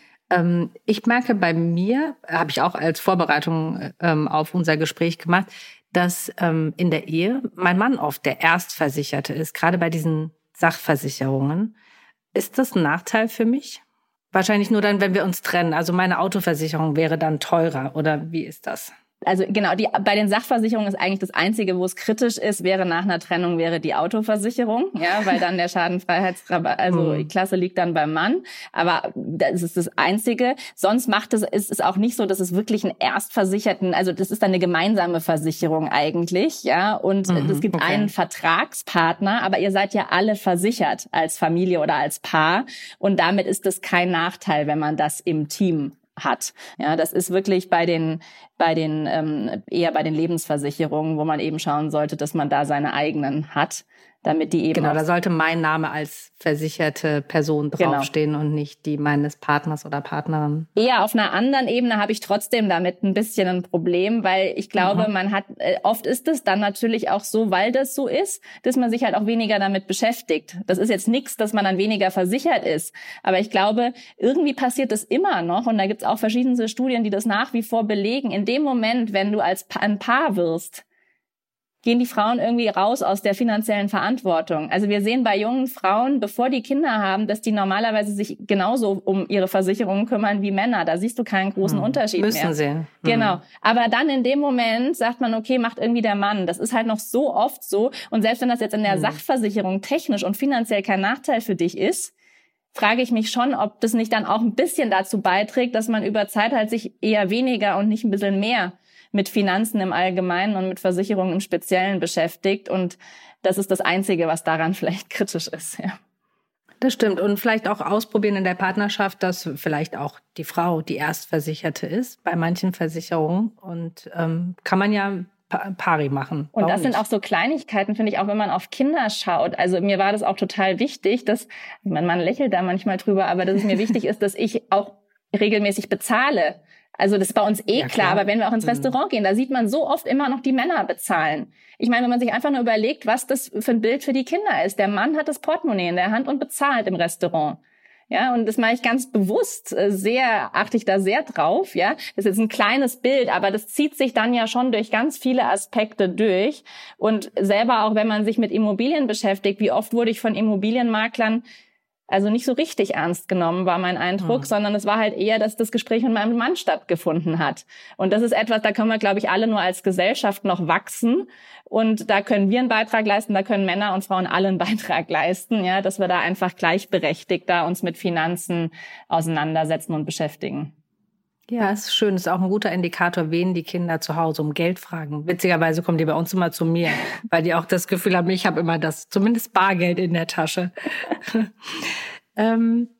Ähm, ich merke bei mir, habe ich auch als Vorbereitung ähm, auf unser Gespräch gemacht, dass ähm, in der Ehe mein Mann oft der Erstversicherte ist, gerade bei diesen Sachversicherungen. Ist das ein Nachteil für mich? Wahrscheinlich nur dann, wenn wir uns trennen. Also meine Autoversicherung wäre dann teurer, oder wie ist das? Also genau, die, bei den Sachversicherungen ist eigentlich das Einzige, wo es kritisch ist, wäre nach einer Trennung, wäre die Autoversicherung, ja, weil dann der Schadenfreiheitsrabatt, also mhm. die Klasse liegt dann beim Mann. Aber das ist das Einzige. Sonst macht es, ist es auch nicht so, dass es wirklich einen Erstversicherten, also das ist dann eine gemeinsame Versicherung eigentlich, ja. Und mhm, es gibt okay. einen Vertragspartner, aber ihr seid ja alle versichert als Familie oder als Paar. Und damit ist es kein Nachteil, wenn man das im Team hat. Ja, das ist wirklich bei den bei den ähm, eher bei den Lebensversicherungen, wo man eben schauen sollte, dass man da seine eigenen hat, damit die eben genau, da sollte mein Name als versicherte Person draufstehen genau. und nicht die meines Partners oder Partnerin. Eher auf einer anderen Ebene habe ich trotzdem damit ein bisschen ein Problem, weil ich glaube, mhm. man hat äh, oft ist es dann natürlich auch so, weil das so ist, dass man sich halt auch weniger damit beschäftigt. Das ist jetzt nichts, dass man dann weniger versichert ist, aber ich glaube, irgendwie passiert das immer noch und da gibt es auch verschiedene Studien, die das nach wie vor belegen. In dem Moment, wenn du als pa- ein Paar wirst, gehen die Frauen irgendwie raus aus der finanziellen Verantwortung. Also wir sehen bei jungen Frauen, bevor die Kinder haben, dass die normalerweise sich genauso um ihre Versicherungen kümmern wie Männer. Da siehst du keinen großen hm. Unterschied Müssen mehr. Sie. Hm. Genau. Aber dann in dem Moment sagt man, okay, macht irgendwie der Mann. Das ist halt noch so oft so. Und selbst wenn das jetzt in der hm. Sachversicherung technisch und finanziell kein Nachteil für dich ist, frage ich mich schon, ob das nicht dann auch ein bisschen dazu beiträgt, dass man über Zeit halt sich eher weniger und nicht ein bisschen mehr mit Finanzen im Allgemeinen und mit Versicherungen im Speziellen beschäftigt. Und das ist das Einzige, was daran vielleicht kritisch ist. Ja. Das stimmt. Und vielleicht auch ausprobieren in der Partnerschaft, dass vielleicht auch die Frau die Erstversicherte ist bei manchen Versicherungen. Und ähm, kann man ja pari machen. Und das sind auch so Kleinigkeiten, finde ich, auch wenn man auf Kinder schaut. Also mir war das auch total wichtig, dass, mein Mann lächelt da manchmal drüber, aber dass es mir wichtig ist, dass ich auch regelmäßig bezahle. Also das ist bei uns eh ja, klar, klar, aber wenn wir auch ins Restaurant mhm. gehen, da sieht man so oft immer noch die Männer bezahlen. Ich meine, wenn man sich einfach nur überlegt, was das für ein Bild für die Kinder ist. Der Mann hat das Portemonnaie in der Hand und bezahlt im Restaurant. Ja, und das mache ich ganz bewusst, sehr, achte ich da sehr drauf, ja. Das ist jetzt ein kleines Bild, aber das zieht sich dann ja schon durch ganz viele Aspekte durch. Und selber auch, wenn man sich mit Immobilien beschäftigt, wie oft wurde ich von Immobilienmaklern also nicht so richtig ernst genommen, war mein Eindruck, mhm. sondern es war halt eher, dass das Gespräch mit meinem Mann stattgefunden hat. Und das ist etwas, da können wir, glaube ich, alle nur als Gesellschaft noch wachsen. Und da können wir einen Beitrag leisten, da können Männer und Frauen alle einen Beitrag leisten, ja, dass wir da einfach gleichberechtigt da uns mit Finanzen auseinandersetzen und beschäftigen. Ja, es ist schön. Es ist auch ein guter Indikator, wen die Kinder zu Hause um Geld fragen. Witzigerweise kommen die bei uns immer zu mir, weil die auch das Gefühl haben, ich habe immer das, zumindest Bargeld in der Tasche. ähm,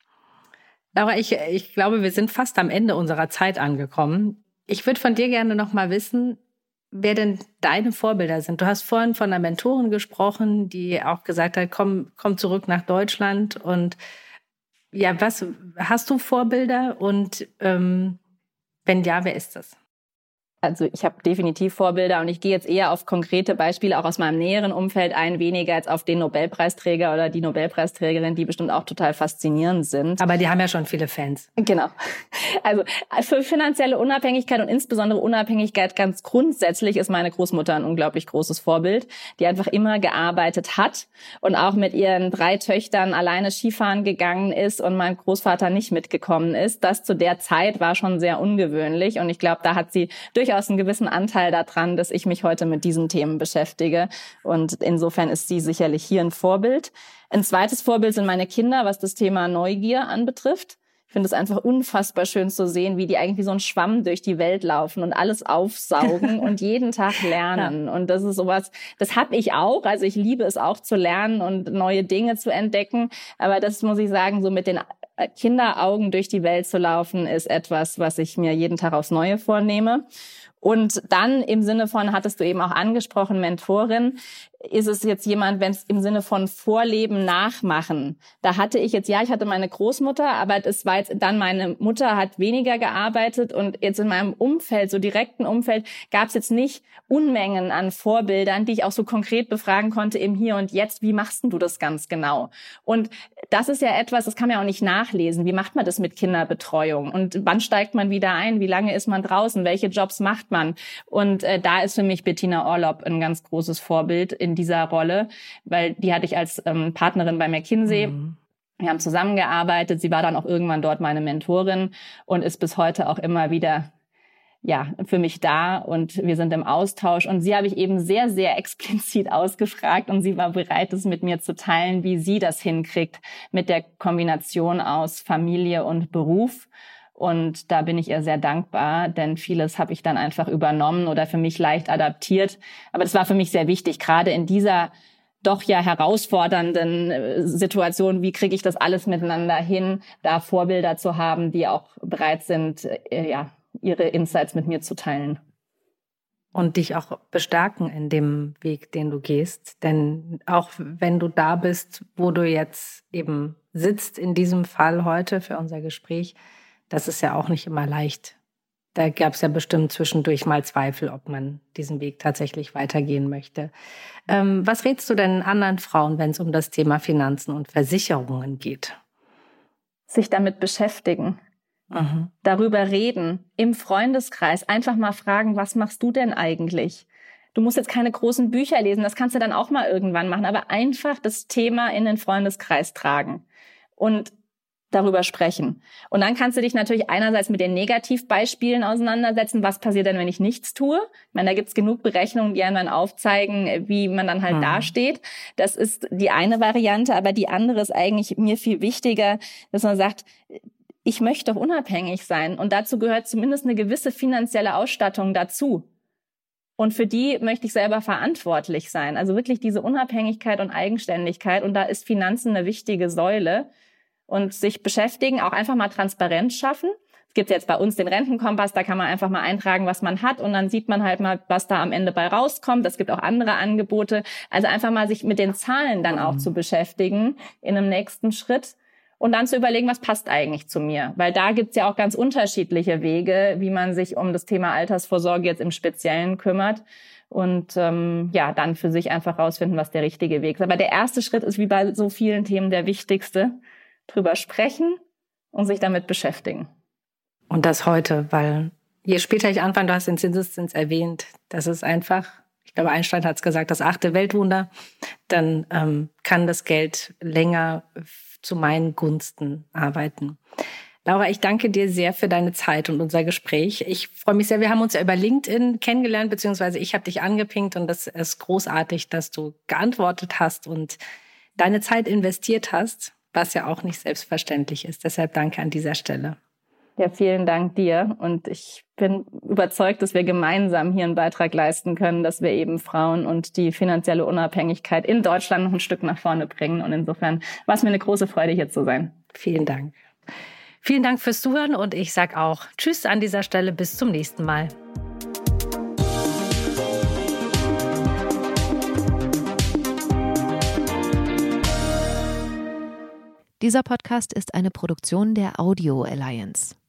Laura, ich, ich glaube, wir sind fast am Ende unserer Zeit angekommen. Ich würde von dir gerne noch mal wissen, wer denn deine Vorbilder sind. Du hast vorhin von einer Mentorin gesprochen, die auch gesagt hat, komm, komm zurück nach Deutschland. Und ja, was hast du Vorbilder und ähm, wenn ja, wer ist das? Also ich habe definitiv Vorbilder und ich gehe jetzt eher auf konkrete Beispiele auch aus meinem näheren Umfeld ein, weniger als auf den Nobelpreisträger oder die Nobelpreisträgerin, die bestimmt auch total faszinierend sind. Aber die haben ja schon viele Fans. Genau. Also für finanzielle Unabhängigkeit und insbesondere Unabhängigkeit ganz grundsätzlich ist meine Großmutter ein unglaublich großes Vorbild, die einfach immer gearbeitet hat und auch mit ihren drei Töchtern alleine Skifahren gegangen ist und mein Großvater nicht mitgekommen ist. Das zu der Zeit war schon sehr ungewöhnlich und ich glaube, da hat sie durch durchaus einen gewissen Anteil daran, dass ich mich heute mit diesen Themen beschäftige. Und insofern ist sie sicherlich hier ein Vorbild. Ein zweites Vorbild sind meine Kinder, was das Thema Neugier anbetrifft. Ich finde es einfach unfassbar schön zu sehen, wie die eigentlich wie so ein Schwamm durch die Welt laufen und alles aufsaugen und jeden Tag lernen. Ja. Und das ist sowas, das habe ich auch. Also ich liebe es auch zu lernen und neue Dinge zu entdecken. Aber das muss ich sagen, so mit den Kinderaugen durch die Welt zu laufen, ist etwas, was ich mir jeden Tag aufs Neue vornehme. Und dann im Sinne von, hattest du eben auch angesprochen, Mentorin, ist es jetzt jemand, wenn es im Sinne von Vorleben, Nachmachen. Da hatte ich jetzt, ja, ich hatte meine Großmutter, aber das war jetzt dann meine Mutter hat weniger gearbeitet und jetzt in meinem Umfeld, so direkten Umfeld, gab es jetzt nicht Unmengen an Vorbildern, die ich auch so konkret befragen konnte im Hier und Jetzt. Wie machst denn du das ganz genau? Und das ist ja etwas, das kann man ja auch nicht nachlesen. Wie macht man das mit Kinderbetreuung? Und wann steigt man wieder ein? Wie lange ist man draußen? Welche Jobs macht man? Und äh, da ist für mich Bettina Orlopp ein ganz großes Vorbild in dieser Rolle, weil die hatte ich als ähm, Partnerin bei McKinsey. Mhm. Wir haben zusammengearbeitet. Sie war dann auch irgendwann dort meine Mentorin und ist bis heute auch immer wieder ja für mich da und wir sind im Austausch. Und sie habe ich eben sehr, sehr explizit ausgefragt und sie war bereit, es mit mir zu teilen, wie sie das hinkriegt mit der Kombination aus Familie und Beruf. Und da bin ich ihr sehr dankbar, denn vieles habe ich dann einfach übernommen oder für mich leicht adaptiert. Aber das war für mich sehr wichtig, gerade in dieser doch ja herausfordernden Situation, wie kriege ich das alles miteinander hin, da Vorbilder zu haben, die auch bereit sind, ja, ihre Insights mit mir zu teilen. Und dich auch bestärken in dem Weg, den du gehst. Denn auch wenn du da bist, wo du jetzt eben sitzt, in diesem Fall heute für unser Gespräch, das ist ja auch nicht immer leicht. Da gab es ja bestimmt zwischendurch mal Zweifel, ob man diesen Weg tatsächlich weitergehen möchte. Ähm, was rätst du denn anderen Frauen, wenn es um das Thema Finanzen und Versicherungen geht? Sich damit beschäftigen, mhm. darüber reden, im Freundeskreis einfach mal fragen, was machst du denn eigentlich? Du musst jetzt keine großen Bücher lesen, das kannst du dann auch mal irgendwann machen, aber einfach das Thema in den Freundeskreis tragen und darüber sprechen. Und dann kannst du dich natürlich einerseits mit den Negativbeispielen auseinandersetzen. Was passiert denn, wenn ich nichts tue? Ich meine, da gibt's genug Berechnungen, die einem dann aufzeigen, wie man dann halt mhm. dasteht. Das ist die eine Variante, aber die andere ist eigentlich mir viel wichtiger, dass man sagt, ich möchte doch unabhängig sein. Und dazu gehört zumindest eine gewisse finanzielle Ausstattung dazu. Und für die möchte ich selber verantwortlich sein. Also wirklich diese Unabhängigkeit und Eigenständigkeit. Und da ist Finanzen eine wichtige Säule. Und sich beschäftigen, auch einfach mal Transparenz schaffen. Es gibt jetzt bei uns den Rentenkompass, da kann man einfach mal eintragen, was man hat und dann sieht man halt mal, was da am Ende bei rauskommt. Es gibt auch andere Angebote. Also einfach mal sich mit den Zahlen dann auch zu beschäftigen in einem nächsten Schritt und dann zu überlegen, was passt eigentlich zu mir. Weil da gibt's ja auch ganz unterschiedliche Wege, wie man sich um das Thema Altersvorsorge jetzt im Speziellen kümmert. Und ähm, ja, dann für sich einfach rausfinden, was der richtige Weg ist. Aber der erste Schritt ist wie bei so vielen Themen der wichtigste. Drüber sprechen und sich damit beschäftigen. Und das heute, weil je später ich anfange, du hast den Zinseszins erwähnt, das ist einfach, ich glaube Einstein hat es gesagt, das achte Weltwunder, dann ähm, kann das Geld länger zu meinen Gunsten arbeiten. Laura, ich danke dir sehr für deine Zeit und unser Gespräch. Ich freue mich sehr, wir haben uns ja über LinkedIn kennengelernt, beziehungsweise ich habe dich angepinkt und das ist großartig, dass du geantwortet hast und deine Zeit investiert hast, was ja auch nicht selbstverständlich ist. Deshalb danke an dieser Stelle. Ja, vielen Dank dir. Und ich bin überzeugt, dass wir gemeinsam hier einen Beitrag leisten können, dass wir eben Frauen und die finanzielle Unabhängigkeit in Deutschland noch ein Stück nach vorne bringen. Und insofern war es mir eine große Freude, hier zu sein. Vielen Dank. Vielen Dank fürs Zuhören und ich sage auch Tschüss an dieser Stelle, bis zum nächsten Mal. Dieser Podcast ist eine Produktion der Audio Alliance.